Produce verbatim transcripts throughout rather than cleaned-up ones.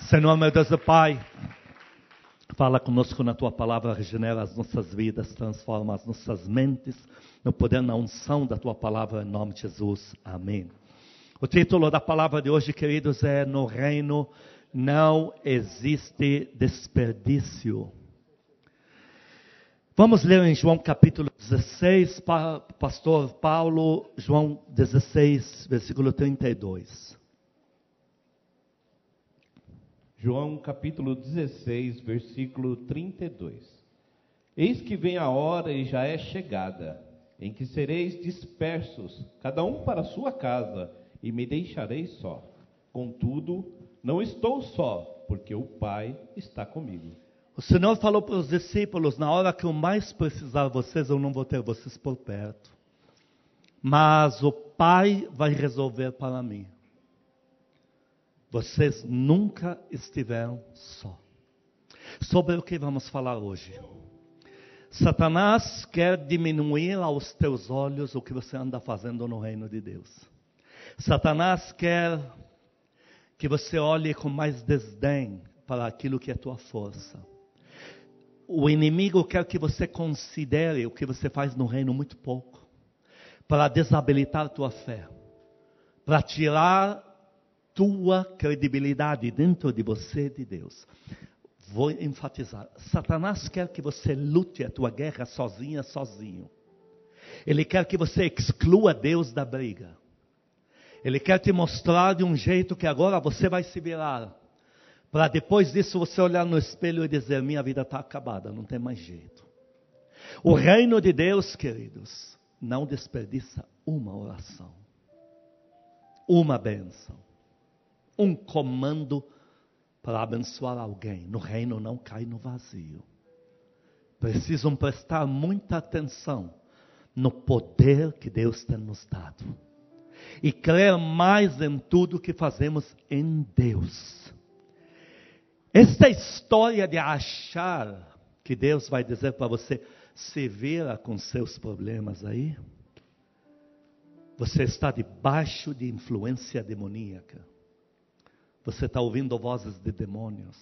Senhor, meu Deus e Pai, fala conosco na Tua palavra, regenera as nossas vidas, transforma as nossas mentes, no poder, na unção da Tua palavra, em nome de Jesus. Amém. O título da palavra de hoje, queridos, é: No reino não existe desperdício. Vamos ler em João capítulo dezesseis, pastor Paulo, João dezesseis, versículo trinta e dois. João capítulo dezesseis, versículo trinta e dois. Eis que vem a hora e já é chegada, em que sereis dispersos, cada um para a sua casa, e me deixareis só. Contudo, não estou só, porque o Pai está comigo. O Senhor falou para os discípulos: na hora que eu mais precisar de vocês, eu não vou ter vocês por perto. Mas o Pai vai resolver para mim. Vocês nunca estiveram só. Sobre o que vamos falar hoje? Satanás quer diminuir aos teus olhos o que você anda fazendo no reino de Deus. Satanás quer que você olhe com mais desdém para aquilo que é tua força. O inimigo quer que você considere o que você faz no reino muito pouco, para desabilitar tua fé, para tirar tua credibilidade dentro de você, de Deus. Vou enfatizar: Satanás quer que você lute a tua guerra sozinha, sozinho. Ele quer que você exclua Deus da briga. Ele quer te mostrar de um jeito que agora você vai se virar, para depois disso você olhar no espelho e dizer: minha vida está acabada, não tem mais jeito. O reino de Deus, queridos, não desperdiça uma oração, uma bênção, um comando para abençoar alguém. No reino não cai no vazio. Precisam prestar muita atenção no poder que Deus tem nos dado. E crer mais em tudo que fazemos em Deus. Esta história de achar que Deus vai dizer para você: se vira com seus problemas aí, você está debaixo de influência demoníaca. Você está ouvindo vozes de demônios.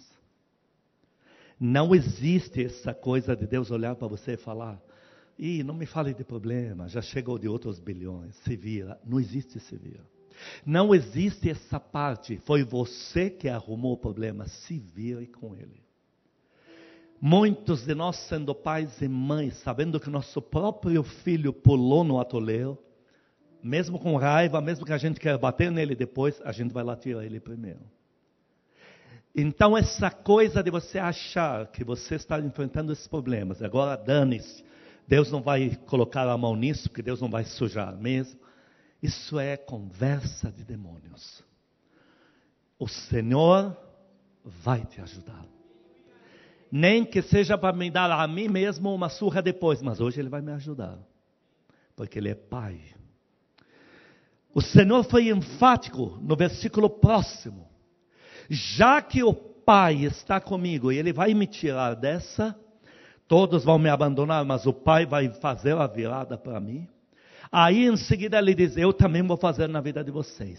Não existe essa coisa de Deus olhar para você e falar: ih, não me fale de problema, já chegou de outros bilhões, se vira. Não existe se vira. Não existe essa parte: foi você que arrumou o problema, se vire com ele. Muitos de nós, sendo pais e mães, sabendo que nosso próprio filho pulou no atoleiro, mesmo com raiva, mesmo que a gente quer bater nele depois, a gente vai lá tirar ele primeiro. Então essa coisa de você achar que você está enfrentando esses problemas, agora dane-se, Deus não vai colocar a mão nisso, porque Deus não vai sujar mesmo. Isso é conversa de demônios. O Senhor vai te ajudar. Nem que seja para me dar a mim mesmo uma surra depois, mas hoje Ele vai me ajudar. Porque Ele é Pai. O Senhor foi enfático no versículo próximo. Já que o Pai está comigo e Ele vai me tirar dessa, todos vão me abandonar, mas o Pai vai fazer a virada para mim. Aí em seguida Ele diz: eu também vou fazer na vida de vocês.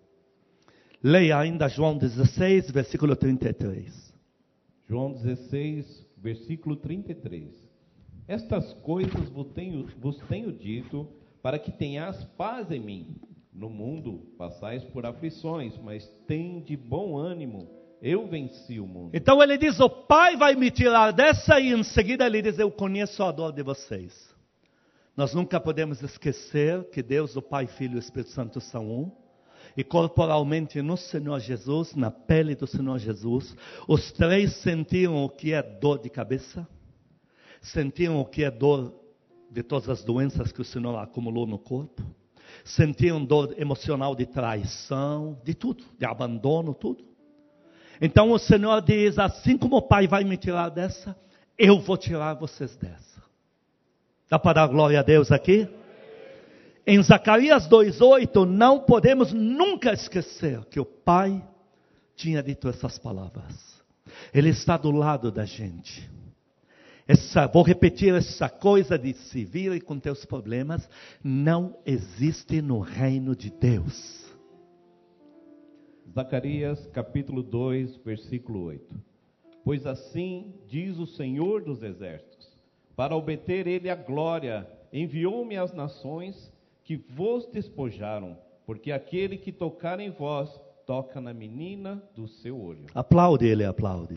Leia ainda João dezesseis, versículo trinta e três. João dezesseis, versículo trinta e três. Estas coisas vos tenho, vos tenho dito, para que tenhas paz em mim. No mundo passais por aflições, mas tem de bom ânimo, eu venci o mundo. Então Ele diz: o Pai vai me tirar dessa, e em seguida Ele diz: eu conheço a dor de vocês. Nós nunca podemos esquecer que Deus, o Pai, Filho e o Espírito Santo são um. E corporalmente no Senhor Jesus, na pele do Senhor Jesus, os três sentiram o que é dor de cabeça, sentiram o que é dor de todas as doenças que o Senhor acumulou no corpo, sentiram dor emocional de traição, de tudo, de abandono, tudo. Então o Senhor diz: assim como o Pai vai me tirar dessa, eu vou tirar vocês dessa. Dá para dar glória a Deus aqui? Em Zacarias dois, oito, não podemos nunca esquecer que o Pai tinha dito essas palavras. Ele está do lado da gente. Essa, vou repetir essa coisa de se vire com teus problemas, não existe no reino de Deus. Zacarias capítulo dois, versículo oito. Pois assim diz o Senhor dos Exércitos: para obter ele a glória, enviou-me às nações que vos despojaram, porque aquele que tocar em vós, toca na menina do seu olho. Aplaude ele, aplaude.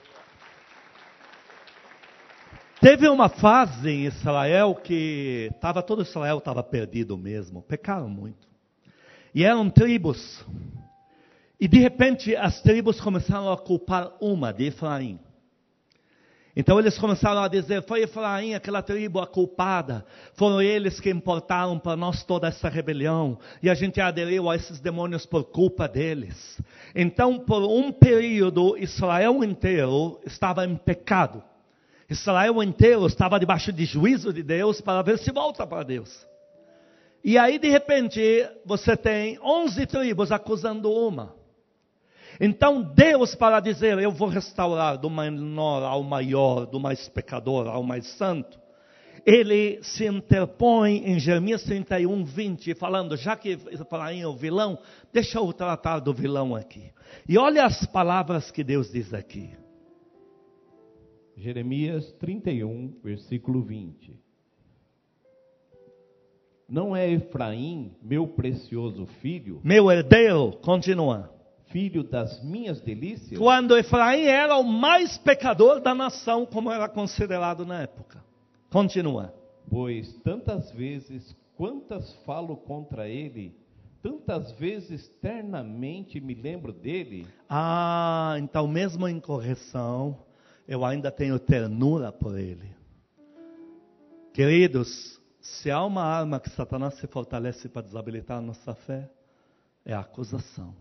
Teve uma fase em Israel que tava, todo Israel estava perdido mesmo, pecaram muito. E eram tribos. E de repente as tribos começaram a culpar uma de Efraim. Então eles começaram a dizer: foi Efraim, aquela tribo a culpada. Foram eles que importaram para nós toda essa rebelião. E a gente aderiu a esses demônios por culpa deles. Então por um período Israel inteiro estava em pecado. Israel inteiro estava debaixo de juízo de Deus para ver se volta para Deus. E aí de repente você tem onze tribos acusando uma. Então Deus, para dizer: eu vou restaurar do menor ao maior, do mais pecador ao mais santo, Ele se interpõe em Jeremias trinta e um, vinte, falando: já que Efraim é o vilão, deixa eu tratar do vilão aqui. E olha as palavras que Deus diz aqui. Jeremias trinta e um, versículo vinte. Não é Efraim, meu precioso filho? Meu herdeiro, continua. Filho das minhas delícias? Quando Efraim era o mais pecador da nação, como era considerado na época. Continua. Pois tantas vezes, quantas falo contra ele, tantas vezes ternamente me lembro dele. Ah, então mesmo em correção, eu ainda tenho ternura por ele. Queridos, se há uma arma que Satanás se fortalece para desabilitar a nossa fé, é a acusação.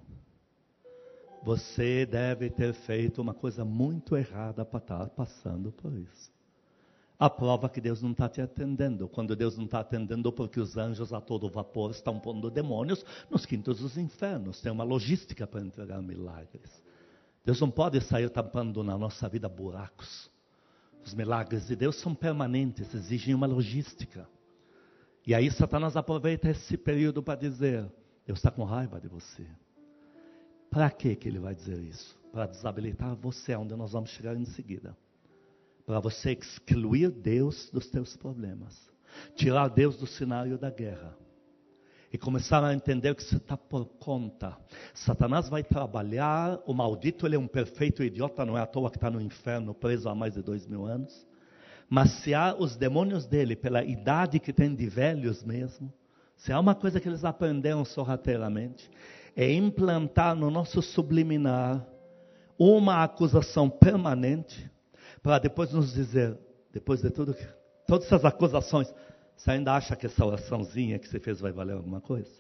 Você deve ter feito uma coisa muito errada para estar passando por isso. A prova que Deus não está te atendendo. Quando Deus não está atendendo, porque os anjos a todo vapor estão pondo demônios nos quintos dos infernos. Tem uma logística para entregar milagres. Deus não pode sair tampando na nossa vida buracos. Os milagres de Deus são permanentes, exigem uma logística. E aí Satanás aproveita esse período para dizer: Deus está com raiva de você. Para que que ele vai dizer isso? Para desabilitar você, onde nós vamos chegar em seguida. Para você excluir Deus dos teus problemas. Tirar Deus do cenário da guerra. E começar a entender que você está por conta. Satanás vai trabalhar, o maldito ele é um perfeito idiota, não é à toa que está no inferno, preso há mais de dois mil anos. Mas se há os demônios dele, pela idade que tem de velhos mesmo, se há uma coisa que eles aprenderam sorrateiramente, é implantar no nosso subliminar uma acusação permanente, para depois nos dizer, depois de tudo, todas essas acusações, você ainda acha que essa oraçãozinha que você fez vai valer alguma coisa?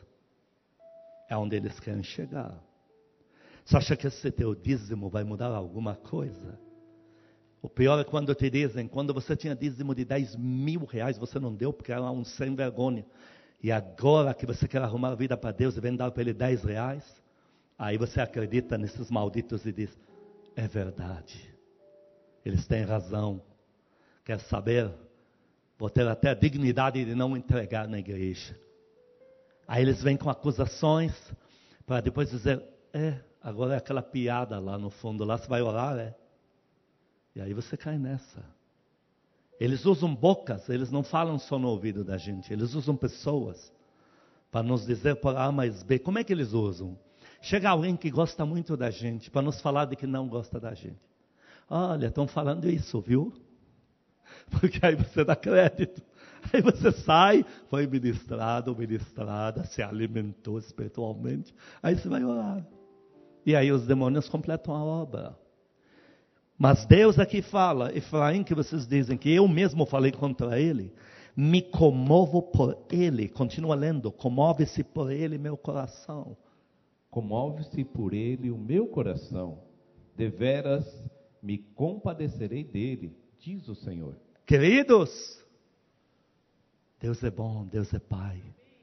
É onde eles querem chegar. Você acha que esse teu dízimo vai mudar alguma coisa? O pior é quando te dizem, quando você tinha dízimo de dez mil reais, você não deu porque era um sem vergonha. E agora que você quer arrumar a vida para Deus e vem dar para Ele dez reais, aí você acredita nesses malditos e diz: é verdade, eles têm razão. Quer saber? Vou ter até a dignidade de não entregar na igreja. Aí eles vêm com acusações, para depois dizer: é, agora é aquela piada lá no fundo, lá você vai orar, é? E aí você cai nessa. Eles usam bocas, eles não falam só no ouvido da gente, eles usam pessoas para nos dizer por A mais B. Como é que eles usam? Chega alguém que gosta muito da gente, para nos falar de que não gosta da gente. Olha, estão falando isso, viu? Porque aí você dá crédito. Aí você sai, foi ministrado, ministrada, se alimentou espiritualmente. Aí você vai orar. E aí os demônios completam a obra. Mas Deus aqui fala: Efraim, que vocês dizem que eu mesmo falei contra ele, me comovo por ele. Continua lendo: comove-se por ele meu coração. Comove-se por ele o meu coração. Deveras me compadecerei dele, diz o Senhor. Queridos, Deus é bom, Deus é Pai.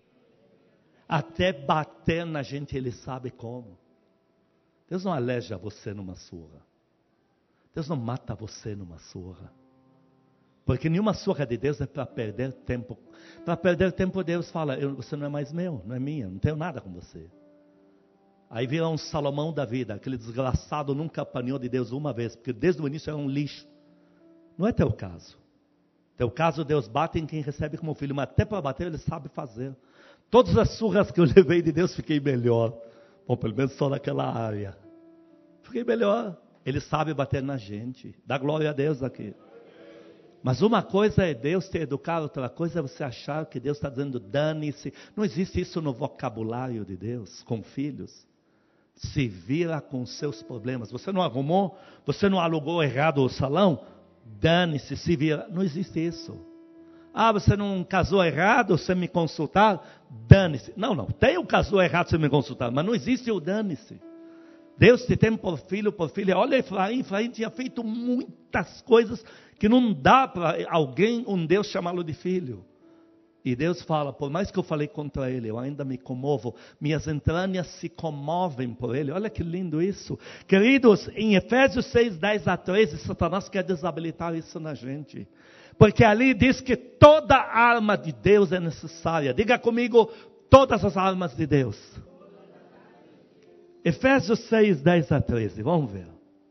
Até bater na gente Ele sabe como. Deus não aleja você numa surra. Deus não mata você numa surra. Porque nenhuma surra de Deus é para perder tempo. Para perder tempo Deus fala: eu, você não é mais meu, não é minha, não tenho nada com você. Aí vira um Salomão da vida. Aquele desgraçado nunca apanhou de Deus uma vez, porque desde o início era um lixo. Não é teu caso. Teu caso, Deus bate em quem recebe como filho, mas até para bater ele sabe fazer. Todas as surras que eu levei de Deus, fiquei melhor. Bom, pelo menos só naquela área. Fiquei melhor. Ele sabe bater na gente. Dá glória a Deus aqui. Mas uma coisa é Deus te educar, outra coisa é você achar que Deus está dizendo dane-se. Não existe isso no vocabulário de Deus, com filhos. Se vira com seus problemas. Você não arrumou, você não alugou errado o salão? Dane-se, se vira. Não existe isso. Ah, você não casou errado sem me consultar? Dane-se. Não, não, tem o casou errado sem me consultar, mas não existe o dane-se. Deus te tem por filho, por filha. Olha Efraim, Efraim tinha feito muitas coisas que não dá para alguém, um Deus, chamá-lo de filho. E Deus fala, por mais que eu falei contra ele, eu ainda me comovo. Minhas entranhas se comovem por ele. Olha que lindo isso. Queridos, em Efésios seis, dez a treze, Satanás quer desabilitar isso na gente. Porque ali diz que toda arma de Deus é necessária. Diga comigo, todas as armas de Deus. Efésios seis, dez a treze, vamos ver.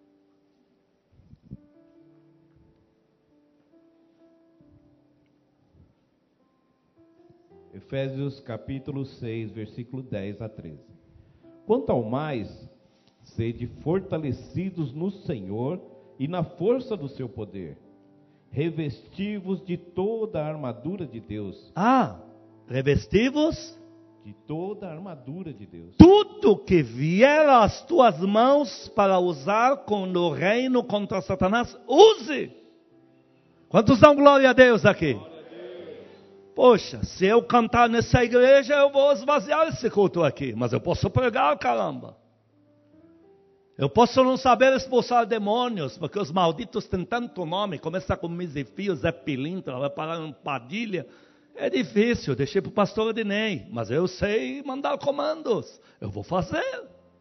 Efésios capítulo seis, versículo dez a treze. Quanto ao mais, sede fortalecidos no Senhor e na força do seu poder. Revesti-vos de toda a armadura de Deus. Ah, revesti-vos de toda a armadura de Deus. Tudo que vier às tuas mãos para usar com o reino contra Satanás, use. Quantos dão glória a Deus aqui? Glória a Deus. Poxa, se eu cantar nessa igreja, eu vou esvaziar esse culto aqui. Mas eu posso pregar, caramba. Eu posso não saber expulsar demônios, porque os malditos têm tanto nome. Começa com Misifio, Zé Pilintra, vai parar em Padilha. É difícil, deixei para o pastor Odinei, mas eu sei mandar comandos, eu vou fazer.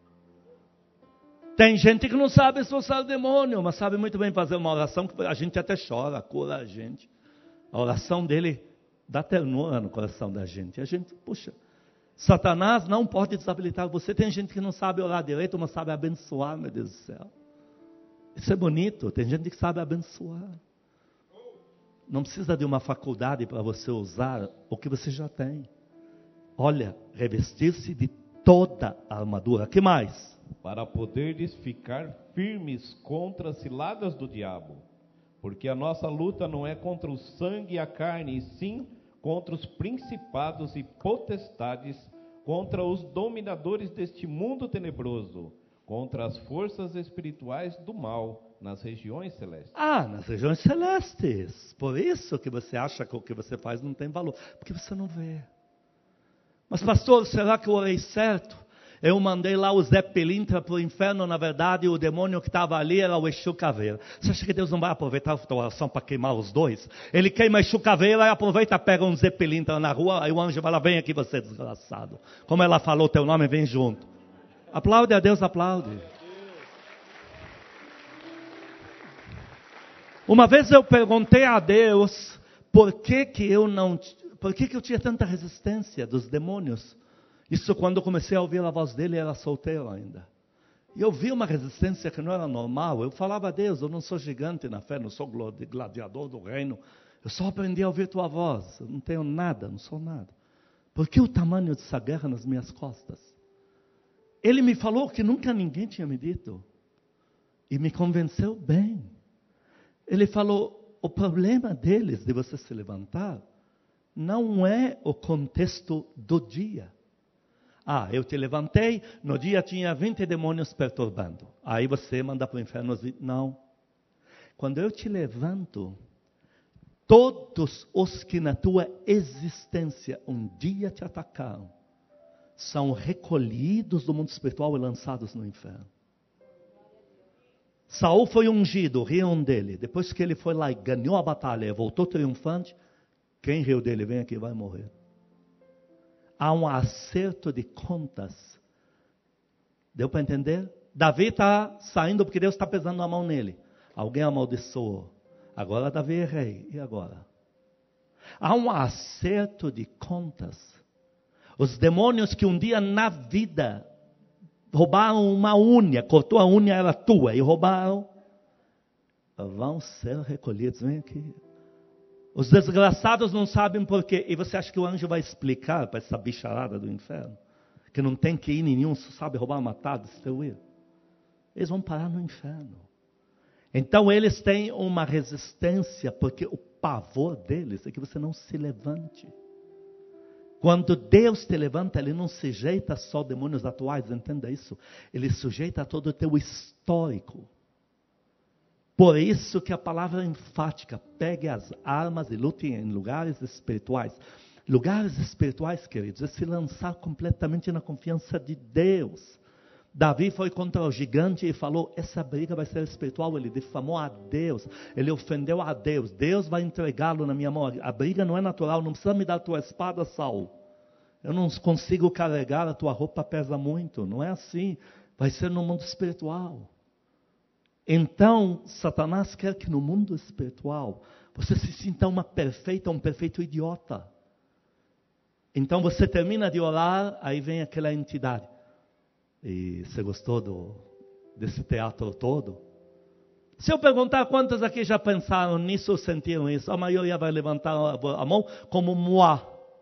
Tem gente que não sabe expulsar o demônio, mas sabe muito bem fazer uma oração que a gente até chora, cura a gente. A oração dele dá ternura no coração da gente. A gente, puxa, Satanás não pode desabilitar você. Tem gente que não sabe orar direito, mas sabe abençoar, meu Deus do céu. Isso é bonito, tem gente que sabe abençoar. Não precisa de uma faculdade para você usar o que você já tem. Olha, revestir-se de toda a armadura. Que mais? Para poderes ficar firmes contra as ciladas do diabo. Porque a nossa luta não é contra o sangue e a carne, e sim contra os principados e potestades, contra os dominadores deste mundo tenebroso, contra as forças espirituais do mal nas regiões celestes. Ah, nas regiões celestes. Por isso que você acha que o que você faz não tem valor, porque você não vê. Mas pastor, será que eu orei certo? Eu mandei lá o Zé Pilintra para o inferno, na verdade o demônio que estava ali era o Exu Caveira. Você acha que Deus não vai aproveitar a tua oração para queimar os dois? Ele queima Exu Caveira e aproveita, pega um Zé Pilintra na rua, aí o anjo fala, vem aqui você desgraçado. Como ela falou teu nome, vem junto. Aplaude a Deus, aplaude. Uma vez eu perguntei a Deus, por que que eu não, por que que eu tinha tanta resistência dos demônios? Isso quando eu comecei a ouvir a voz dele, era solteiro ainda. E eu vi uma resistência que não era normal. Eu falava a Deus, eu não sou gigante na fé, não sou gladiador do reino. Eu só aprendi a ouvir tua voz. Eu não tenho nada, não sou nada. Por que o tamanho dessa guerra nas minhas costas? Ele me falou que nunca ninguém tinha me dito. E me convenceu bem. Ele falou, o problema deles, de você se levantar, não é o contexto do dia. Ah, eu te levantei, no dia tinha vinte demônios perturbando. Aí você manda para o inferno. Não. Quando eu te levanto, todos os que na tua existência um dia te atacaram, são recolhidos do mundo espiritual e lançados no inferno. Saul foi ungido, riam dele. Depois que ele foi lá e ganhou a batalha e voltou triunfante, quem riu dele, vem aqui, vai morrer. Há um acerto de contas. Deu para entender? Davi está saindo porque Deus está pesando a mão nele. Alguém amaldiçoou. Agora Davi é rei. E agora? Há um acerto de contas. Os demônios que um dia na vida roubaram uma unha, cortou a unha, era tua, e roubaram, vão ser recolhidos. Vem aqui. Os desgraçados não sabem por quê. E você acha que o anjo vai explicar para essa bicharada do inferno? Que não tem que ir nenhum, só sabe roubar, matar, destruir. Eles vão parar no inferno. Então eles têm uma resistência, porque o pavor deles é que você não se levante. Quando Deus te levanta, Ele não sujeita só demônios atuais, entenda isso. Ele sujeita todo o teu histórico. Por isso que a palavra é enfática, pegue as armas e lute em lugares espirituais. Lugares espirituais, queridos, é se lançar completamente na confiança de Deus. Davi foi contra o gigante e falou, essa briga vai ser espiritual. Ele difamou a Deus, ele ofendeu a Deus. Deus vai entregá-lo na minha mão. A briga não é natural, não precisa me dar a tua espada, Saul. Eu não consigo carregar, a tua roupa pesa muito. Não é assim, vai ser no mundo espiritual. Então, Satanás quer que no mundo espiritual você se sinta uma perfeita, um perfeito idiota. Então você termina de orar, aí vem aquela entidade. E você gostou do, desse teatro todo? Se eu perguntar quantos aqui já pensaram nisso ou sentiram isso, a maioria vai levantar a mão como moi.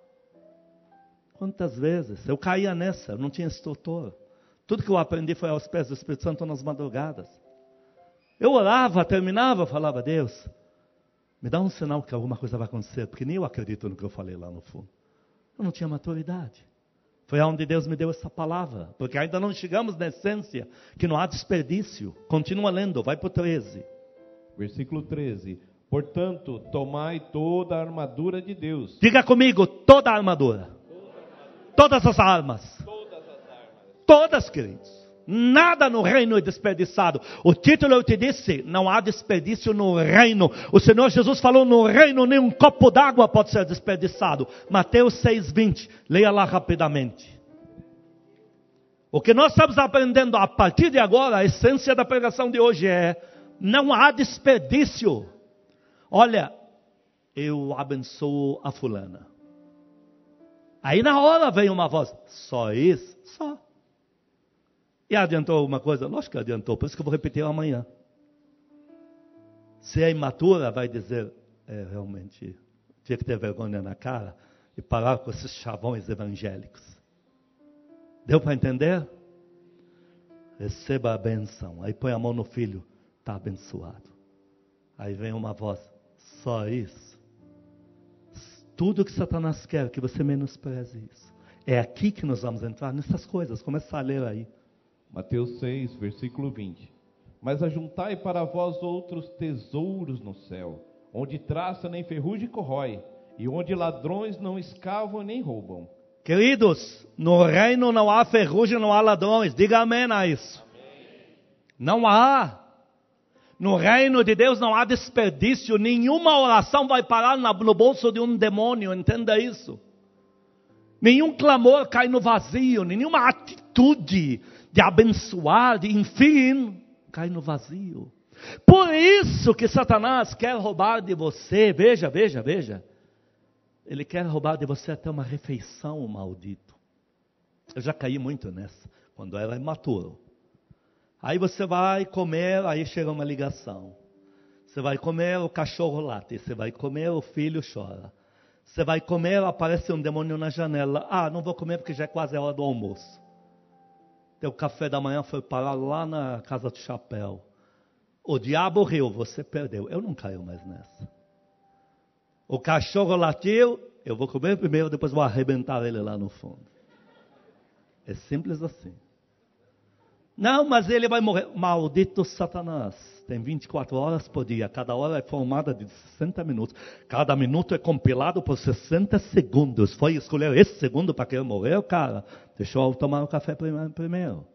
Quantas vezes? Eu caía nessa, eu não tinha instrutor. Tudo que eu aprendi foi aos pés do Espírito Santo nas madrugadas. Eu orava, terminava, falava, Deus, me dá um sinal que alguma coisa vai acontecer, porque nem eu acredito no que eu falei lá no fundo. Eu não tinha maturidade. Foi onde Deus me deu essa palavra, porque ainda não chegamos na essência, que não há desperdício. Continua lendo, vai para o treze. Versículo treze. Portanto, tomai toda a armadura de Deus. Diga comigo, toda a armadura. Toda a armadura. Todas as armas. Todas as armas. Todas, queridos. Nada no reino é desperdiçado. O título eu te disse, não há desperdício no reino. O Senhor Jesus falou, no reino nem um copo d'água pode ser desperdiçado. Mateus seis, vinte, leia lá rapidamente. O que nós estamos aprendendo a partir de agora, a essência da pregação de hoje é, não há desperdício. Olha, eu abençoo a fulana. Aí na hora vem uma voz, só isso? Só. E adiantou alguma coisa? Lógico que adiantou, por isso que eu vou repetir amanhã. Se é imatura, vai dizer, é, realmente, tinha que ter vergonha na cara e parar com esses chavões evangélicos. Deu para entender? Receba a benção. Aí põe a mão no filho, está abençoado. Aí vem uma voz, só isso? Tudo que Satanás quer, que você menospreze isso. É aqui que nós vamos entrar nessas coisas, começar a ler aí. Mateus seis, versículo vinte. Mas ajuntai para vós outros tesouros no céu, onde traça nem ferrugem corrói, e onde ladrões não escavam nem roubam. Queridos, no reino não há ferrugem, não há ladrões. Diga amém a isso. Amém. Não há. No reino de Deus não há desperdício. Nenhuma oração vai parar no bolso de um demônio, entenda isso. Nenhum clamor cai no vazio, nenhuma atitude de abençoar, de enfim, cai no vazio. Por isso que Satanás quer roubar de você, veja, veja, veja. Ele quer roubar de você até uma refeição, maldito. Eu já caí muito nessa, quando era imaturo. Aí você vai comer, aí chega uma ligação. Você vai comer, o cachorro late. Você vai comer, o filho chora. Você vai comer, aparece um demônio na janela. Ah, não vou comer porque já é quase a hora do almoço. Teu café da manhã foi parar lá na casa do chapéu. O diabo riu, você perdeu. Eu não caio mais nessa. O cachorro latiu, eu vou comer primeiro, depois vou arrebentar ele lá no fundo. É simples assim. Não, mas ele vai morrer. Maldito Satanás. Tem vinte e quatro horas por dia. Cada hora é formada de sessenta minutos. Cada minuto é compilado por sessenta segundos. Foi escolher esse segundo para querer morrer, cara? Deixa eu tomar um café primeiro.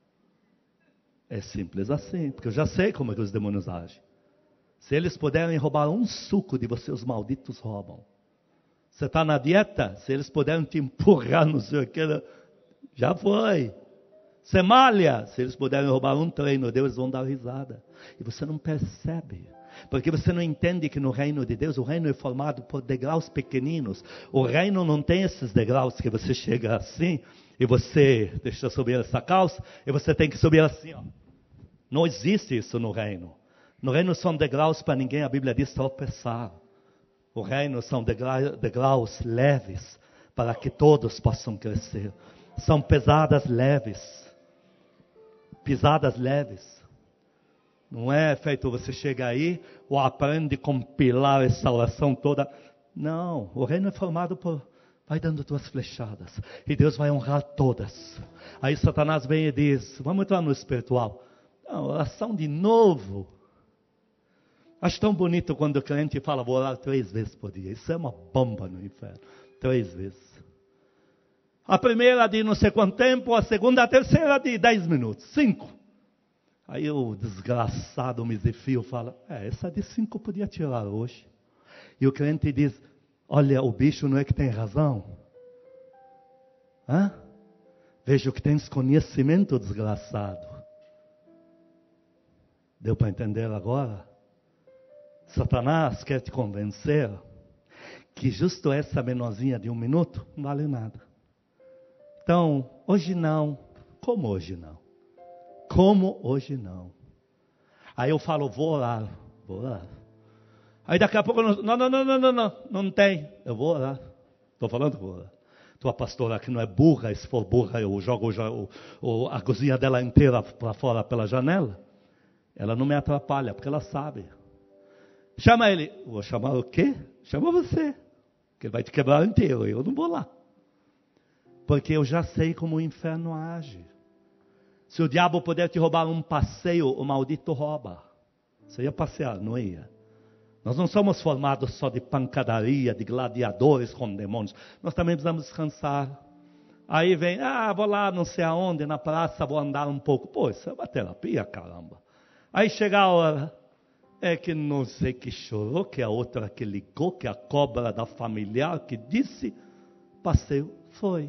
É simples assim. Porque eu já sei como é que os demônios agem. Se eles puderem roubar um suco de você, os malditos roubam. Você está na dieta? Se eles puderem te empurrar no seu aquele, já foi. Você malha, se eles puderem roubar um treino, Deus vão dar risada. E você não percebe. Porque você não entende que no reino de Deus, o reino é formado por degraus pequeninos. O reino não tem esses degraus que você chega assim, e você, deixa eu subir essa calça, e você tem que subir assim, ó. Não existe isso no reino. No reino são degraus para ninguém, a Bíblia diz tropeçar. O reino são degraus, degraus leves, para que todos possam crescer. São pesadas leves. Pisadas leves. Não é feito você chega aí, ou aprende a compilar essa oração toda. Não, o reino é formado por... Vai dando tuas flechadas. E Deus vai honrar todas. Aí Satanás vem e diz, vamos entrar no espiritual. Não, oração de novo. Acho tão bonito quando o crente fala, vou orar três vezes por dia. Isso é uma bomba no inferno. Três vezes. A primeira de não sei quanto tempo, a segunda, a terceira de dez minutos. Cinco. Aí o desgraçado, o misifio fala, é, essa de cinco podia tirar hoje. E o crente diz, olha, o bicho não é que tem razão. Hã? Vejo que tens conhecimento, desgraçado. Deu para entender agora? Satanás quer te convencer que justo essa menorzinha de um minuto não vale nada. Então, hoje não. Como hoje não? Como hoje não? Aí eu falo, vou orar. Vou orar. Aí daqui a pouco, não, não, não, não, não, não, não tem. Eu vou orar. Estou falando que vou orar. Tua pastora que não é burra, e se for burra eu jogo o, o, a cozinha dela inteira para fora pela janela. Ela não me atrapalha, porque ela sabe. Chama ele. Vou chamar o quê? Chama você. Que ele vai te quebrar inteiro. Eu não vou lá. Porque eu já sei como o inferno age. Se o diabo puder te roubar um passeio, o maldito rouba. Você ia passear, não ia? Nós não somos formados só de pancadaria, de gladiadores com demônios. Nós também precisamos descansar. Aí vem, ah, vou lá não sei aonde, na praça, vou andar um pouco. Pô, isso é uma terapia, caramba. Aí chega a hora, é que não sei que chorou, que a outra que ligou, que a cobra da familiar que disse, passeio, foi.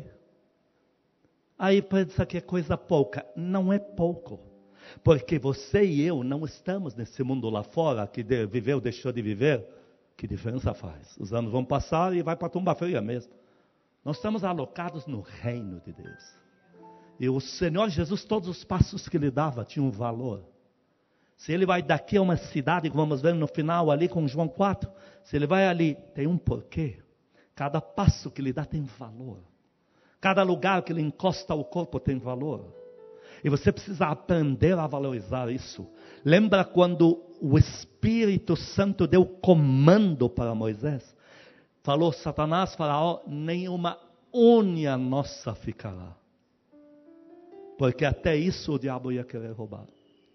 Aí pensa que é coisa pouca. Não é pouco. Porque você e eu não estamos nesse mundo lá fora, que viveu, deixou de viver. Que diferença faz? Os anos vão passar e vai para a tumba fria mesmo. Nós estamos alocados no reino de Deus. E o Senhor Jesus, todos os passos que ele dava tinham um valor. Se ele vai daqui a uma cidade, que vamos ver no final ali com João quatro, se ele vai ali, tem um porquê. Cada passo que ele dá tem valor. Cada lugar que ele encosta o corpo tem valor. E você precisa aprender a valorizar isso. Lembra quando o Espírito Santo deu comando para Moisés? Falou, Satanás, Faraó, nenhuma unha nossa ficará. Porque até isso o diabo ia querer roubar.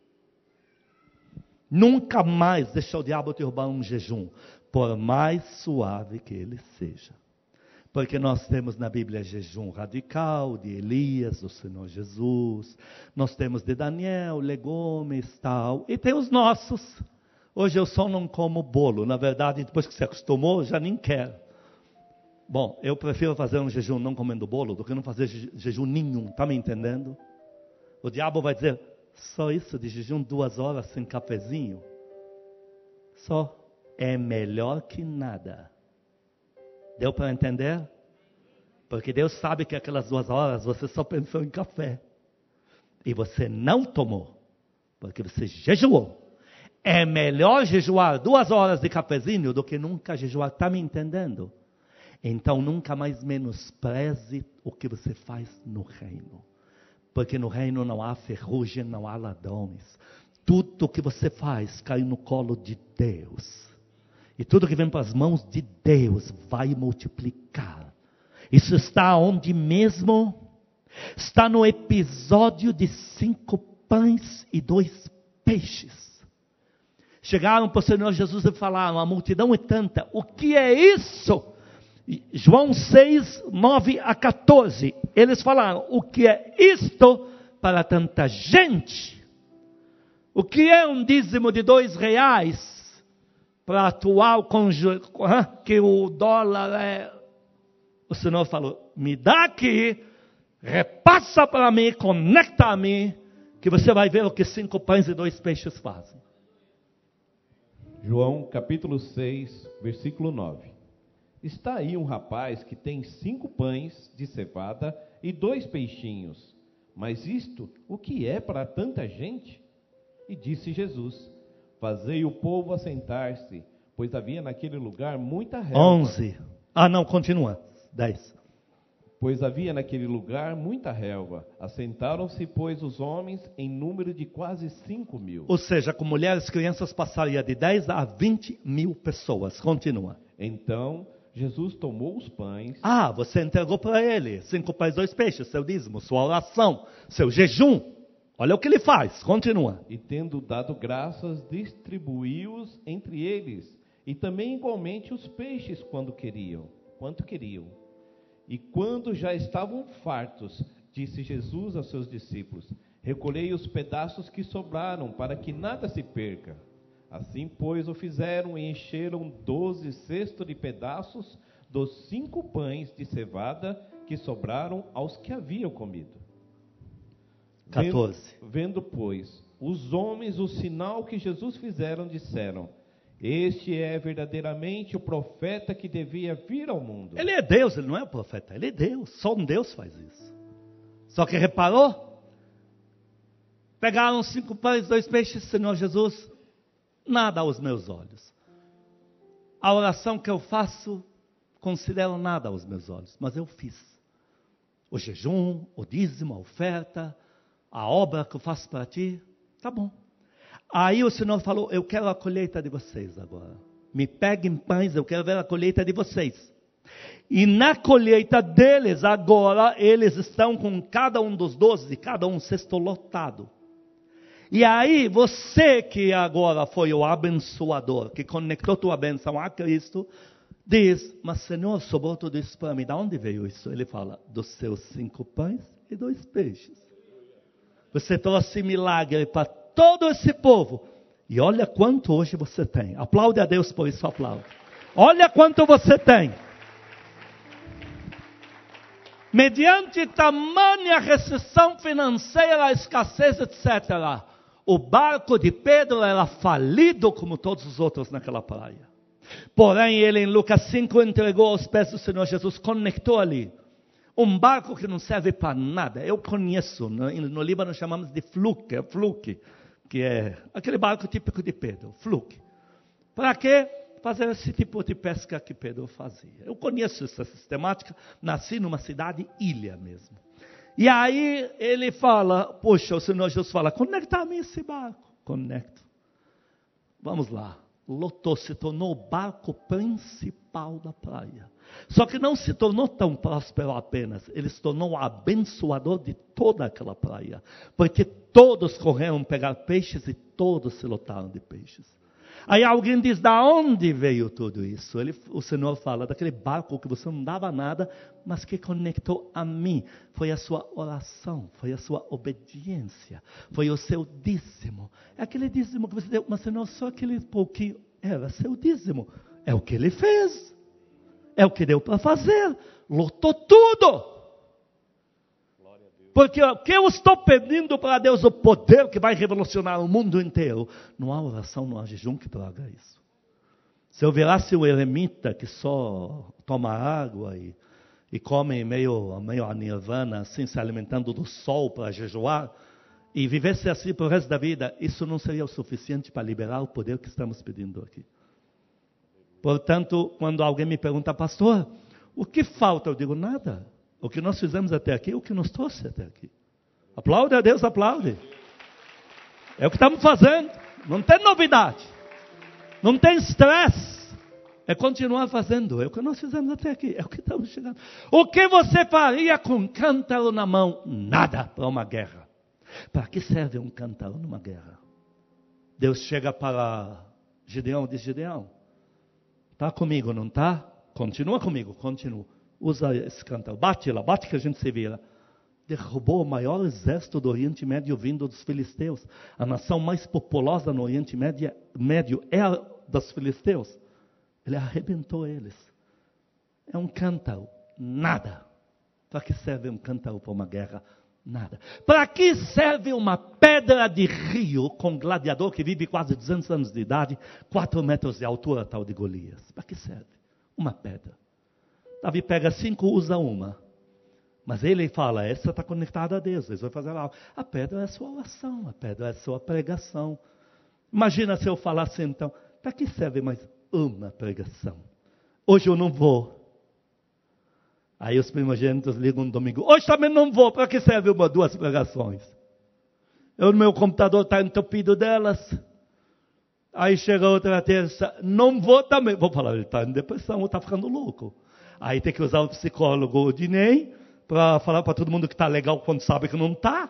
Nunca mais deixa o diabo te roubar um jejum, por mais suave que ele seja. Porque nós temos na Bíblia jejum radical, de Elias, do Senhor Jesus. Nós temos de Daniel, legumes, tal. E tem os nossos. Hoje eu só não como bolo. Na verdade, depois que se acostumou, já nem quero. Bom, eu prefiro fazer um jejum não comendo bolo do que não fazer jejum nenhum. Está me entendendo? O diabo vai dizer, só isso de jejum duas horas sem cafezinho? Só. É melhor que nada. Deu para entender? Porque Deus sabe que aquelas duas horas você só pensou em café. E você não tomou. Porque você jejuou. É melhor jejuar duas horas de cafezinho do que nunca jejuar. Está me entendendo? Então nunca mais menospreze o que você faz no reino. Porque no reino não há ferrugem, não há ladrões. Tudo que você faz cai no colo de Deus. E tudo que vem para as mãos de Deus vai multiplicar. Isso está onde mesmo? Está no episódio de cinco pães e dois peixes. Chegaram para o Senhor Jesus e falaram, a multidão é tanta, o que é isso? João seis, nove a quatorze. Eles falaram, o que é isto para tanta gente? O que é um dízimo de dois reais? Para atual conjunto, que o dólar é... O Senhor falou, me dá aqui, repassa para mim, conecta a mim, que você vai ver o que cinco pães e dois peixes fazem. João capítulo seis, versículo nove. Está aí um rapaz que tem cinco pães de cevada e dois peixinhos. Mas isto, o que é para tanta gente? E disse Jesus: fazei o povo assentar-se, pois havia naquele lugar muita relva. onze. Ah, não, continua. dez. Pois havia naquele lugar muita relva. Assentaram-se, pois, os homens em número de quase cinco mil. Ou seja, com mulheres e crianças passaria de dez a vinte mil pessoas. Continua. Então, Jesus tomou os pães. Ah, você entregou para ele cinco pães, dois peixes, seu dízimo, sua oração, seu jejum. Olha o que ele faz. Continua. E tendo dado graças, distribuiu-os entre eles. E também igualmente os peixes quando queriam, quanto queriam. E quando já estavam fartos, disse Jesus aos seus discípulos: recolhei os pedaços que sobraram, para que nada se perca. Assim, pois, o fizeram e encheram doze cestos de pedaços dos cinco pães de cevada que sobraram aos que haviam comido. quatorze. Vendo, vendo, pois, os homens o sinal que Jesus fizeram, disseram: este é verdadeiramente o profeta que devia vir ao mundo. Ele é Deus, ele não é o profeta, ele é Deus. Só um Deus faz isso. Só que reparou? Pegaram cinco pães, dois peixes, Senhor Jesus, nada aos meus olhos. A oração que eu faço, considero nada aos meus olhos, mas eu fiz. O jejum, o dízimo, a oferta, a obra que eu faço para ti, tá bom. Aí o Senhor falou: eu quero a colheita de vocês agora. Me peguem pães, eu quero ver a colheita de vocês. E na colheita deles, agora, eles estão com cada um dos doze, cada um cesto lotado. E aí, você que agora foi o abençoador, que conectou tua bênção a Cristo, diz: mas Senhor, sobrou tudo isso para mim. De onde veio isso? Ele fala: dos seus cinco pães e dois peixes. Você trouxe milagre para todo esse povo. E olha quanto hoje você tem. Aplaude a Deus por isso, aplaude. Olha quanto você tem. Mediante tamanha recessão financeira, escassez, etcétera, o barco de Pedro era falido como todos os outros naquela praia. Porém, ele em Lucas cinco entregou aos pés do Senhor Jesus, conectou ali. Um barco que não serve para nada. Eu conheço, no, no Líbano chamamos de fluke, fluke, que é aquele barco típico de Pedro, fluke. Para quê? Fazer esse tipo de pesca que Pedro fazia. Eu conheço essa sistemática, nasci numa cidade ilha mesmo. E aí ele fala, poxa, o Senhor Jesus fala: conecta-me esse barco. Conecto. Vamos lá. Lotou, se tornou o barco principal da praia. Só que não se tornou tão próspero apenas, ele se tornou o abençoador de toda aquela praia. Porque todos correram pegar peixes e todos se lotaram de peixes. Aí alguém diz: da onde veio tudo isso? Ele, o Senhor fala: daquele barco que você não dava nada, mas que conectou a mim. Foi a sua oração, foi a sua obediência, foi o seu dízimo. É aquele dízimo que você deu, mas Senhor, só aquele pouquinho era seu dízimo. É o que ele fez. É o que deu para fazer. Lotou tudo. Porque o que eu estou pedindo para Deus, o poder que vai revolucionar o mundo inteiro, não há oração, não há jejum que traga isso. Se eu virasse um eremita que só toma água e, e come meio, meio a nirvana, assim, se alimentando do sol para jejuar, e vivesse assim para o resto da vida, isso não seria o suficiente para liberar o poder que estamos pedindo aqui. Portanto, quando alguém me pergunta: pastor, o que falta? Eu digo: nada. O que nós fizemos até aqui, o que nos trouxe até aqui. Aplaude a Deus, aplaude. É o que estamos fazendo. Não tem novidade. Não tem estresse. É continuar fazendo. É o que nós fizemos até aqui. É o que estamos chegando. O que você faria com um cântaro na mão? Nada para uma guerra. Para que serve um cântaro numa guerra? Deus chega para Gideão e diz: Gideão, está comigo, não está? Continua comigo, continua. Usa esse cântaro, bate lá, bate que a gente se vira. Derrubou o maior exército do Oriente Médio vindo dos filisteus. A nação mais populosa no Oriente Médio, Médio é a dos filisteus. Ele arrebentou eles. É um cântaro, nada. Para que serve um cântaro para uma guerra? Nada. Para que serve uma pedra de rio com um gladiador que vive quase duzentos anos de idade, quatro metros de altura, tal de Golias? Para que serve? Uma pedra. Davi pega cinco, usa uma. Mas ele fala, essa está conectada a Deus, Deus vai fazer algo. A pedra é a sua oração, a pedra é a sua pregação. Imagina se eu falasse então, para que serve mais uma pregação? Hoje eu não vou. Aí os primogênitos ligam no domingo, hoje também não vou, para que serve uma, duas pregações? O meu computador está entupido delas. Aí chega outra terça, não vou também. Vou falar, ele está em depressão, ou está ficando louco. Aí tem que usar o psicólogo o Dinei, para falar para todo mundo que está legal quando sabe que não está.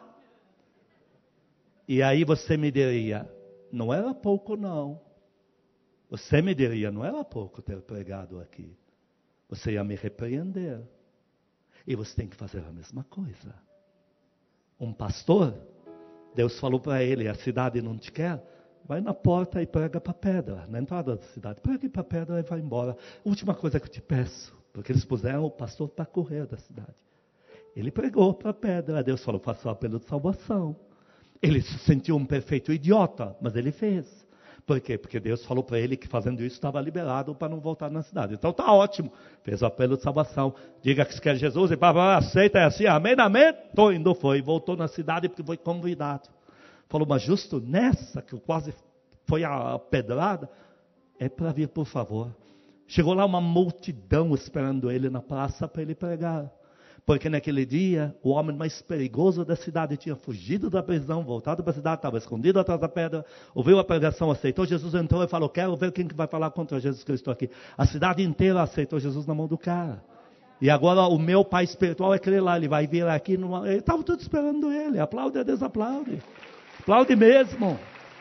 E aí você me diria, não era pouco não. Você me diria, não era pouco ter pregado aqui. Você ia me repreender. E você tem que fazer a mesma coisa. Um pastor, Deus falou para ele, a cidade não te quer, vai na porta e prega para a pedra, na entrada da cidade. Prega para a pedra e vai embora. Última coisa que eu te peço, porque eles puseram o pastor para correr da cidade. Ele pregou para a pedra, Deus falou, faça o apelo de salvação. Ele se sentiu um perfeito idiota, mas ele fez. Por quê? Porque Deus falou para ele que fazendo isso estava liberado para não voltar na cidade. Então está ótimo, fez o apelo de salvação. Diga que quer Jesus e pá, aceita, é assim, amém, amém. Estou indo, foi, voltou na cidade porque foi convidado. Falou, mas justo nessa, que quase foi a pedrada, é para vir, por favor. Chegou lá uma multidão esperando ele na praça para ele pregar. Porque naquele dia, o homem mais perigoso da cidade tinha fugido da prisão, voltado para a cidade, estava escondido atrás da pedra, ouviu a pregação, aceitou Jesus, entrou e falou, quero ver quem que vai falar contra Jesus Cristo aqui. A cidade inteira aceitou Jesus na mão do cara. E agora o meu pai espiritual é aquele lá, ele vai vir aqui, numa... ele estava tudo esperando ele, aplaude a Deus, aplaude. Aplaude mesmo.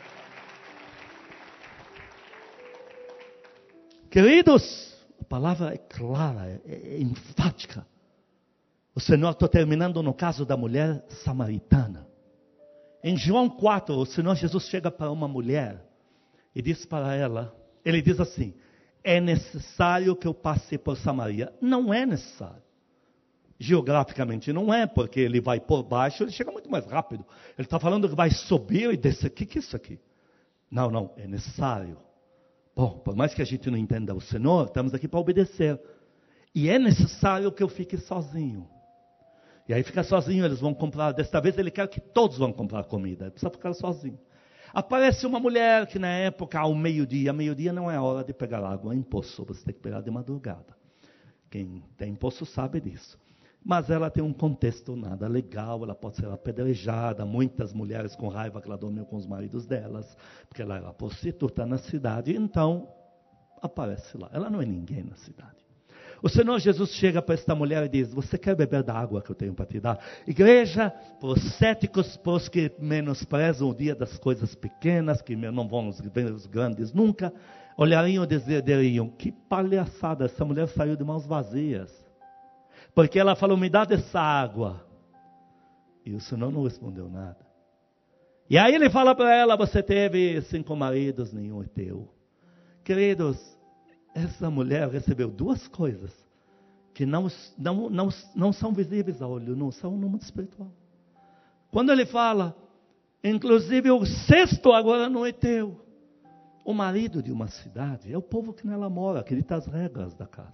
Queridos, a palavra é clara, é, é enfática. O Senhor, estou terminando no caso da mulher samaritana. Em João quatro, o Senhor Jesus chega para uma mulher e diz para ela, ele diz assim, é necessário que eu passe por Samaria. Não é necessário. Geograficamente não é, porque ele vai por baixo, ele chega muito mais rápido. Ele está falando que vai subir e descer. O que, que é isso aqui? Não, não, é necessário. Bom, por mais que a gente não entenda o Senhor, estamos aqui para obedecer. E é necessário que eu fique sozinho. E aí fica sozinho, eles vão comprar. Desta vez ele quer que todos vão comprar comida. Ele precisa ficar sozinho. Aparece uma mulher que na época, ao meio-dia, meio-dia não é hora de pegar água em poço, você tem que pegar de madrugada. Quem tem poço sabe disso. Mas ela tem um contexto nada legal, ela pode ser apedrejada. Muitas mulheres com raiva que ela dormiu com os maridos delas, porque ela era prostituta na cidade. Então, aparece lá. Ela não é ninguém na cidade. O Senhor Jesus chega para esta mulher e diz, você quer beber da água que eu tenho para te dar? Igreja, para os céticos, para os que menosprezam o dia das coisas pequenas, que não vão ver os grandes nunca, olhariam e dizeriam, que palhaçada, essa mulher saiu de mãos vazias. Porque ela falou, me dá dessa água. E o Senhor não respondeu nada. E aí ele fala para ela, você teve cinco maridos, nenhum é teu. Queridos, essa mulher recebeu duas coisas que não, não, não, não são visíveis ao olho, não são no mundo espiritual. Quando ele fala, inclusive o sexto agora não é teu. O marido de uma cidade é o povo que nela mora, que dita as regras da casa.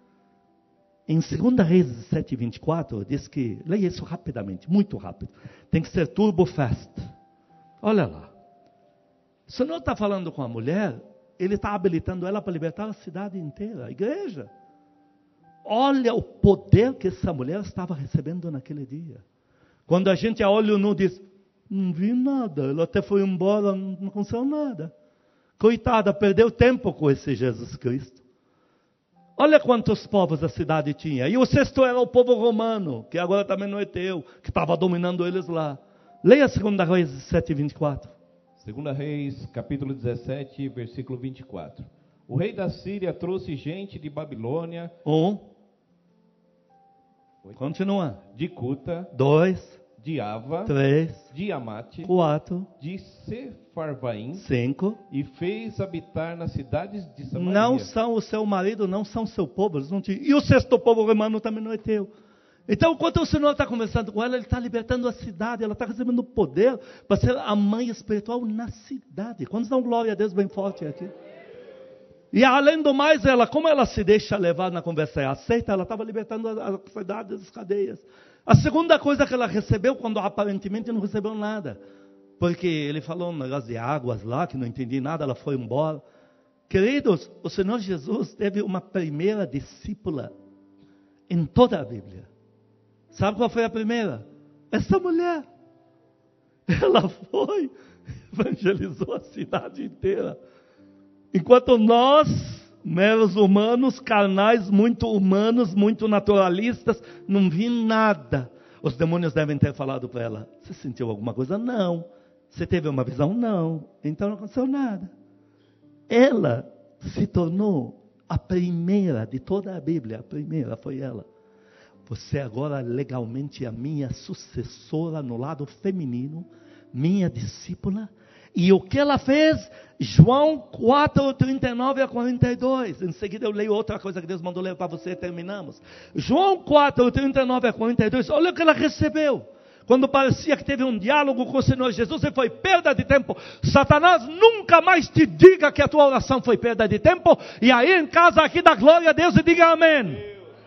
Em dois Reis sete, vinte e quatro, diz que, leia isso rapidamente, muito rápido, tem que ser turbo fast. Olha lá. O Senhor está falando com a mulher, ele está habilitando ela para libertar a cidade inteira, a igreja. Olha o poder que essa mulher estava recebendo naquele dia. Quando a gente a olho nu diz, não vi nada, ela até foi embora, não aconteceu nada. Coitada, perdeu tempo com esse Jesus Cristo. Olha quantos povos a cidade tinha. E o sexto era o povo romano, que agora também não é teu, que estava dominando eles lá. Leia dois Reis sete, vinte e quatro. dois Reis, capítulo dezessete, versículo vinte e quatro. O rei da Síria trouxe gente de Babilônia. Um. Continua. De Cuta. Dois. De Ava. Três. De Amate. Quatro. De Sefarvaim. Cinco. E fez habitar nas cidades de Samaria. Não são o seu marido, não são seu povo. Eles não te... E o sexto povo romano também não é teu. Então, enquanto o Senhor está conversando com ela, Ele está libertando a cidade, ela está recebendo poder para ser a mãe espiritual na cidade. Quantos dão glória a Deus bem forte aqui? E além do mais, ela, como ela se deixa levar na conversa e aceita, ela estava libertando a cidade das cadeias. A segunda coisa que ela recebeu, quando aparentemente não recebeu nada, porque ele falou um negócio de águas lá, que não entendi nada, ela foi embora. Queridos, o Senhor Jesus teve uma primeira discípula em toda a Bíblia. Sabe qual foi a primeira? Essa mulher. Ela foi, evangelizou a cidade inteira. Enquanto nós, meros humanos, carnais, muito humanos, muito naturalistas, não vimos nada. Os demônios devem ter falado para ela: você sentiu alguma coisa? Não. Você teve uma visão? Não. Então não aconteceu nada. Ela se tornou a primeira de toda a Bíblia. A primeira foi ela. Você agora legalmente é a minha sucessora no lado feminino, minha discípula. E o que ela fez? João quatro, trinta e nove a quarenta e dois. Em seguida eu leio outra coisa que Deus mandou ler para você e terminamos. João quatro, trinta e nove a quarenta e dois. Olha o que ela recebeu. Quando parecia que teve um diálogo com o Senhor Jesus, e foi perda de tempo. Satanás nunca mais te diga que a tua oração foi perda de tempo. E aí em casa aqui dá glória a Deus e diga amém.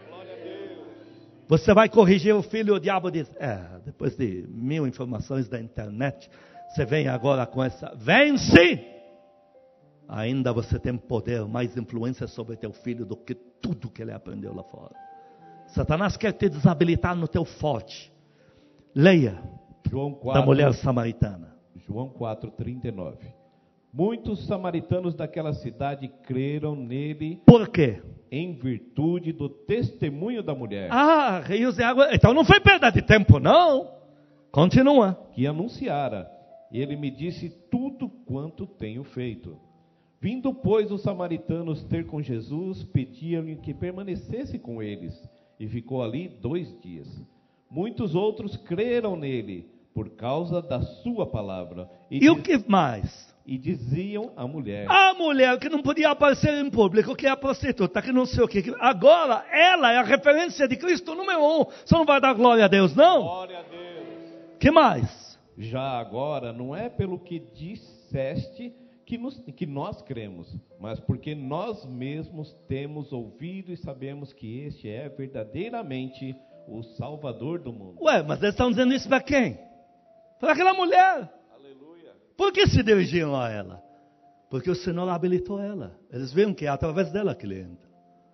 Você vai corrigir o filho e o diabo diz: é, depois de mil informações da internet, você vem agora com essa. Vence! Ainda você tem poder, mais influência sobre teu filho do que tudo que ele aprendeu lá fora. Satanás quer te desabilitar no teu forte. Leia. João quatro, da mulher samaritana. João quatro, trinta e nove. Muitos samaritanos daquela cidade creram nele. Por quê? Em virtude do testemunho da mulher. Ah, rios de água. Então não foi perda de tempo, não. Continua. Que anunciara. Ele me disse tudo quanto tenho feito. Vindo, pois, os samaritanos ter com Jesus, pediam-lhe que permanecesse com eles. E ficou ali dois dias. Muitos outros creram nele, por causa da sua palavra. E, e diz... o que mais? E diziam à mulher. A mulher que não podia aparecer em público, que é a prostituta, que não sei o que. Agora, ela é a referência de Cristo número um. Você não vai dar glória a Deus, não? Glória a Deus. Que mais? Já agora, não é pelo que disseste que, nos, que nós cremos, mas porque nós mesmos temos ouvido e sabemos que este é verdadeiramente o Salvador do mundo. Ué, mas eles estão dizendo isso para quem? Para aquela mulher. Aleluia. Por que se dirigiam a ela? Porque o Senhor habilitou ela. Eles viram que é através dela que ele entra.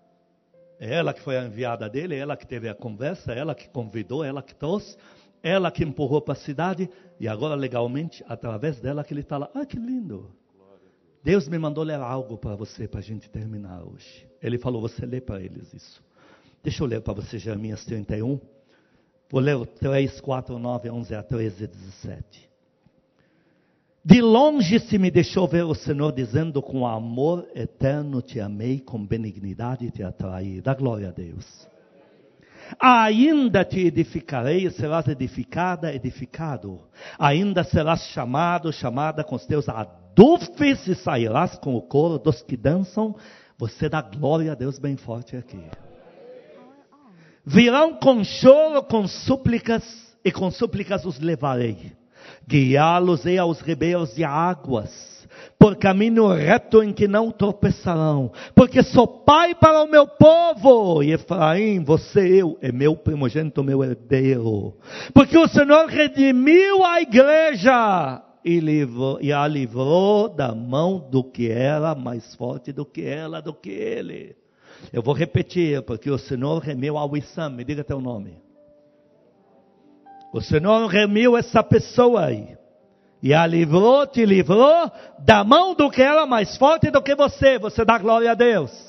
É ela que foi a enviada dele, é ela que teve a conversa, é ela que convidou, é ela que trouxe, é ela que empurrou para a cidade, e agora legalmente, através dela que ele está lá. Ah, que lindo. Deus me mandou ler algo para você, para a gente terminar hoje. Ele falou: você lê para eles isso. Deixa eu ler para você Jeremias trinta e um. Vou ler o três, quatro, nove, onze a treze e dezessete. De longe se me deixou ver o Senhor dizendo: com amor eterno te amei, com benignidade te atraí. Dá glória a Deus. Ainda te edificarei e serás edificada, edificado. Ainda serás chamado, chamada com os teus adufes e sairás com o coro dos que dançam. Você dá glória a Deus bem forte aqui. Virão com choro, com súplicas, e com súplicas os levarei. Guiá-los-ei aos ribeiros de águas, por caminho reto em que não tropeçarão. Porque sou pai para o meu povo, e Efraim, você, eu, é meu primogênito, meu herdeiro. Porque o Senhor redimiu a igreja, e, livrou, e a livrou da mão do que era mais forte do que ela, do que ele. Eu vou repetir, porque o Senhor remiu ao Wissam. Me diga teu nome. O Senhor remiu essa pessoa aí. E a livrou, te livrou da mão do que era mais forte do que você. Você dá glória a Deus.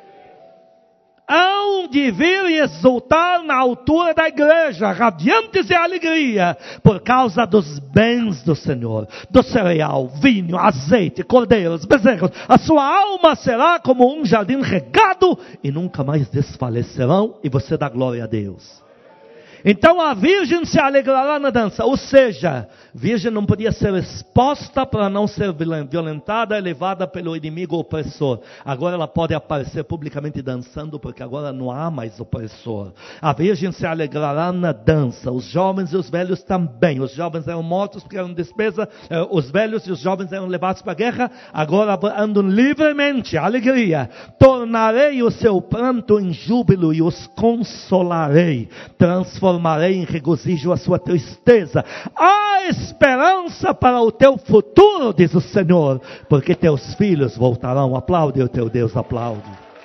Hão de vir e exultar na altura da igreja, radiantes de alegria, por causa dos bens do Senhor, do cereal, vinho, azeite, cordeiros, bezerros. A sua alma será como um jardim regado e nunca mais desfalecerão, e você dá glória a Deus. Então a virgem se alegrará na dança. Ou seja, virgem não podia ser exposta para não ser violentada e levada pelo inimigo opressor. Agora ela pode aparecer publicamente dançando, porque agora não há mais opressor. A virgem se alegrará na dança. Os jovens e os velhos também. Os jovens eram mortos porque eram despesa. Os velhos e os jovens eram levados para a guerra. Agora andam livremente. Alegria. Tornarei o seu pranto em júbilo e os consolarei. Transformarei Transformarei em regozijo a sua tristeza. Há esperança para o teu futuro, diz o Senhor, porque teus filhos voltarão. Aplaude o teu Deus, aplaude.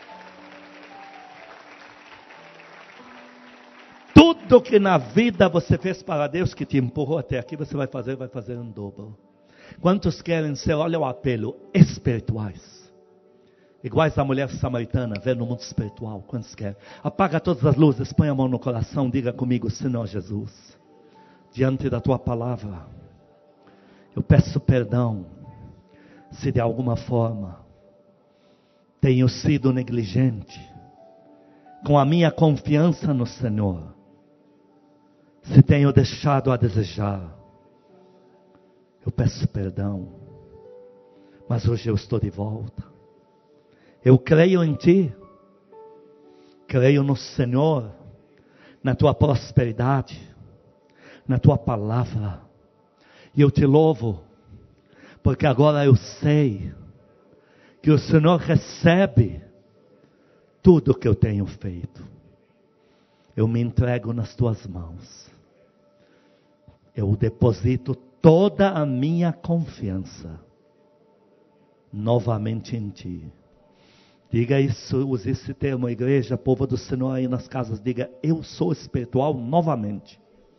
Tudo que na vida você fez para Deus, que te empurrou até aqui, você vai fazer, vai fazer em dobro. Quantos querem ser, olha o apelo, espirituais? Iguais à mulher samaritana, vê no mundo espiritual. Quantos querem? Apaga todas as luzes, põe a mão no coração, diga comigo: Senhor Jesus, diante da tua palavra, eu peço perdão, se de alguma forma tenho sido negligente com a minha confiança no Senhor, se tenho deixado a desejar, eu peço perdão, mas hoje eu estou de volta. Eu creio em Ti, creio no Senhor, na Tua prosperidade, na Tua palavra, e eu Te louvo, porque agora eu sei, que o Senhor recebe, tudo o que eu tenho feito. Eu me entrego nas Tuas mãos, eu deposito toda a minha confiança, novamente em Ti. Diga isso, use esse termo, igreja, povo do Senhor aí nas casas, diga: eu sou espiritual novamente.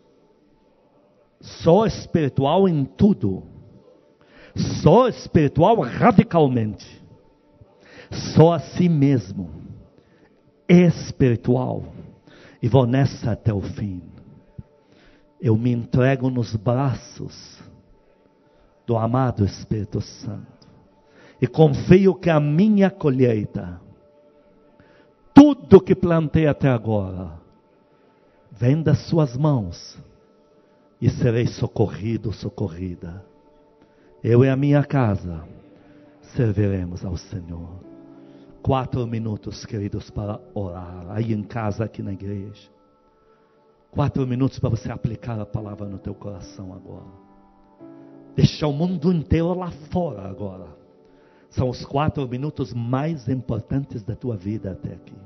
Sou espiritual em tudo. Sou espiritual radicalmente. Sou assim mesmo, espiritual, e vou nessa até o fim. Eu me entrego nos braços do amado Espírito Santo. E confio que a minha colheita, tudo que plantei até agora, vem das suas mãos, e serei socorrido, socorrida. Eu e a minha casa serviremos ao Senhor. Quatro minutos, queridos, para orar, aí em casa, aqui na igreja. Quatro minutos para você aplicar a palavra no teu coração agora. Deixa o mundo inteiro lá fora agora. São os quatro minutos mais importantes da tua vida até aqui.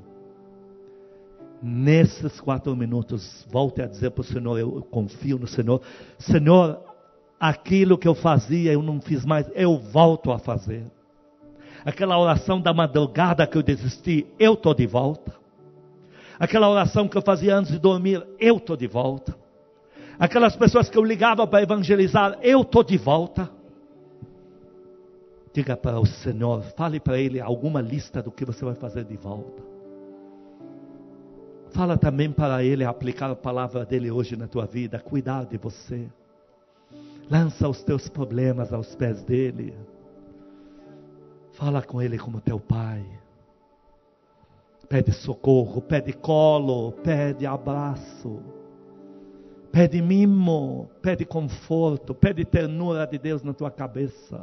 Nesses quatro minutos, volte a dizer para o Senhor: eu confio no Senhor. Senhor, aquilo que eu fazia, eu não fiz mais, eu volto a fazer. Aquela oração da madrugada que eu desisti, eu estou de volta. Aquela oração que eu fazia antes de dormir, eu estou de volta. Aquelas pessoas que eu ligava para evangelizar, eu estou de volta. Diga para o Senhor, fale para Ele alguma lista do que você vai fazer de volta. Fala também para Ele aplicar a palavra dEle hoje na tua vida, cuidar de você. Lança os teus problemas aos pés dEle. Fala com Ele como teu Pai. Pede socorro, pede colo, pede abraço. Pede mimo, pede conforto, pede ternura de Deus na tua cabeça.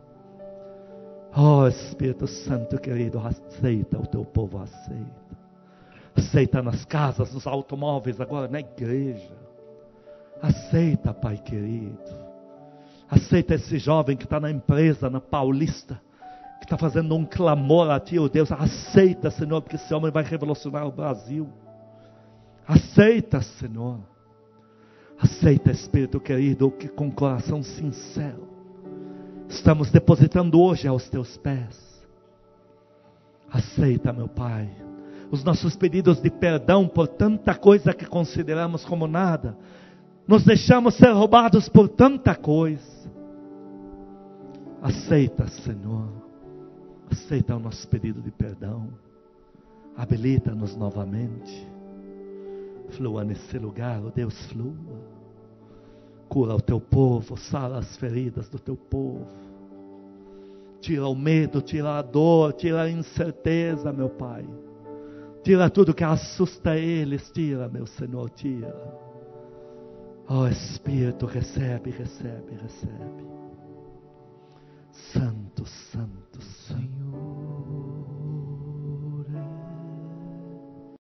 Oh Espírito Santo querido, aceita, o teu povo aceita. Aceita nas casas, nos automóveis, agora na igreja. Aceita, Pai querido. Aceita esse jovem que está na empresa, na Paulista, que está fazendo um clamor a Ti, oh Deus. Aceita, Senhor, porque esse homem vai revolucionar o Brasil. Aceita, Senhor. Aceita, Espírito querido, que com coração sincero estamos depositando hoje aos Teus pés. Aceita, meu Pai, os nossos pedidos de perdão por tanta coisa que consideramos como nada. Nos deixamos ser roubados por tanta coisa. Aceita, Senhor. Aceita o nosso pedido de perdão. Habilita-nos novamente. Flua nesse lugar, oh Deus, flua. Cura o teu povo, sara as feridas do teu povo. Tira o medo, tira a dor, tira a incerteza, meu Pai. Tira tudo que assusta eles, tira, meu Senhor, tira. Oh Espírito, recebe, recebe, recebe. Santo, santo.